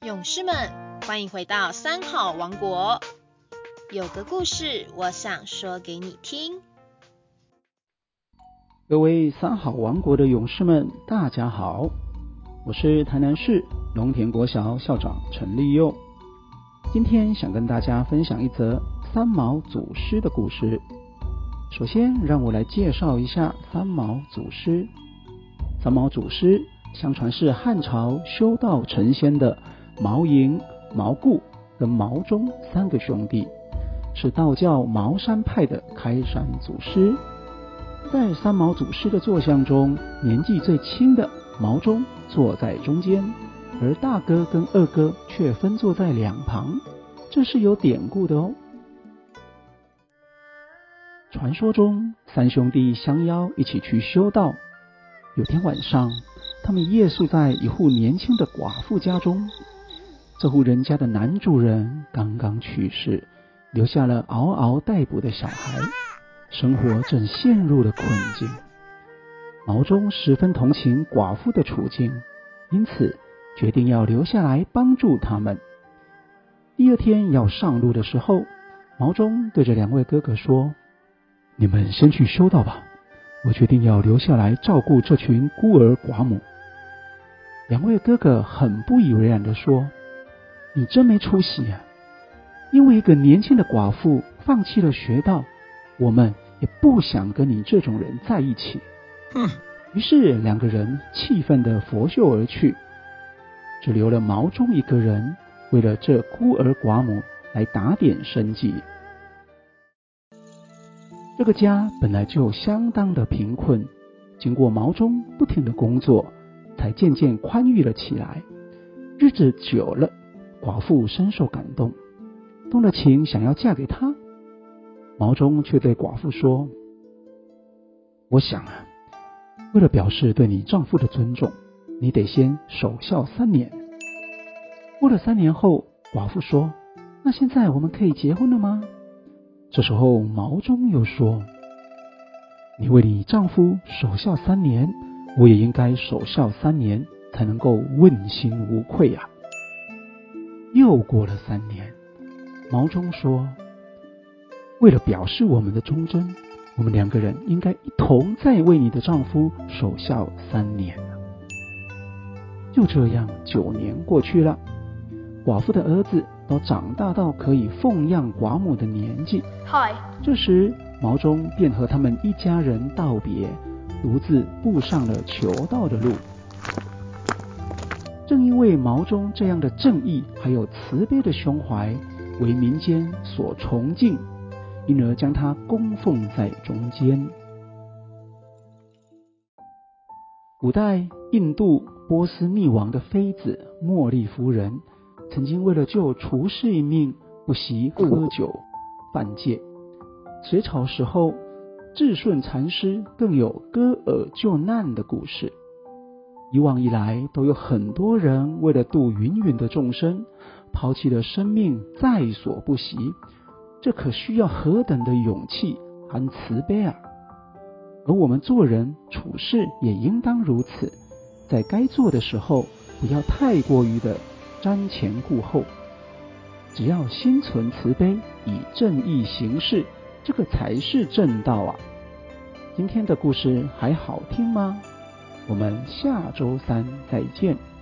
勇士们，欢迎回到三好王国。有个故事，我想说给你听。 各位三好王国的勇士们，大家好，我是台南市龙田国小校长陈立佑。今天想跟大家分享一则三毛祖师的故事。首先，让我来介绍一下三毛祖师。三毛祖师相传是汉朝修道成仙的毛莹、毛固跟毛宗三个兄弟，是道教茅山派的开山祖师。在三毛祖师的坐像中，年纪最轻的毛宗坐在中间，而大哥跟二哥却分坐在两旁，这是有典故的哦。传说中，三兄弟相邀一起去修道。有天晚上，他们夜宿在一户年轻的寡妇家中。这户人家的男主人刚刚去世，留下了嗷嗷待哺的小孩，生活正陷入了困境。毛宗十分同情寡妇的处境，因此决定要留下来帮助他们。第二天要上路的时候，毛宗对着两位哥哥说：“你们先去修道吧，我决定要留下来照顾这群孤儿寡母。”两位哥哥很不以为然地说：“你真没出息啊！因为一个年轻的寡妇放弃了学道，我们也不想跟你这种人在一起。”于是两个人气愤地拂袖而去，只留了毛宗一个人，为了这孤儿寡母来打点生计。这个家本来就相当的贫困，经过毛宗不停的工作，才渐渐宽裕了起来。日子久了，寡妇深受感动，动了情想要嫁给他。毛宗却对寡妇说：“我想啊，为了表示对你丈夫的尊重，你得先守孝3年。”过了3年后，寡妇说：“那现在我们可以结婚了吗？”这时候毛宗又说：“你为你丈夫守孝3年，我也应该守孝3年，才能够问心无愧啊。”又过了3年，毛宗说：“为了表示我们的忠贞，我们两个人应该一同再为你的丈夫守孝3年。”就这样9年过去了，寡妇的儿子都长大到可以奉养寡母的年纪。这时毛宗便和他们一家人道别，独自步上了求道的路。正因为毛宗这样的正义还有慈悲的胸怀，为民间所崇敬，因而将他供奉在中间。古代印度波斯匿王的妃子茉莉夫人，曾经为了救厨师一命，不惜喝酒犯戒。隋朝时候，智顺禅师更有割耳救难的故事。以往以来，都有很多人为了度芸芸的众生，抛弃了生命在所不惜，这可需要何等的勇气和慈悲啊！而我们做人处事也应当如此，在该做的时候，不要太过于的瞻前顾后，只要心存慈悲，以正义行事，这个才是正道啊！今天的故事还好听吗？我们下周3再见。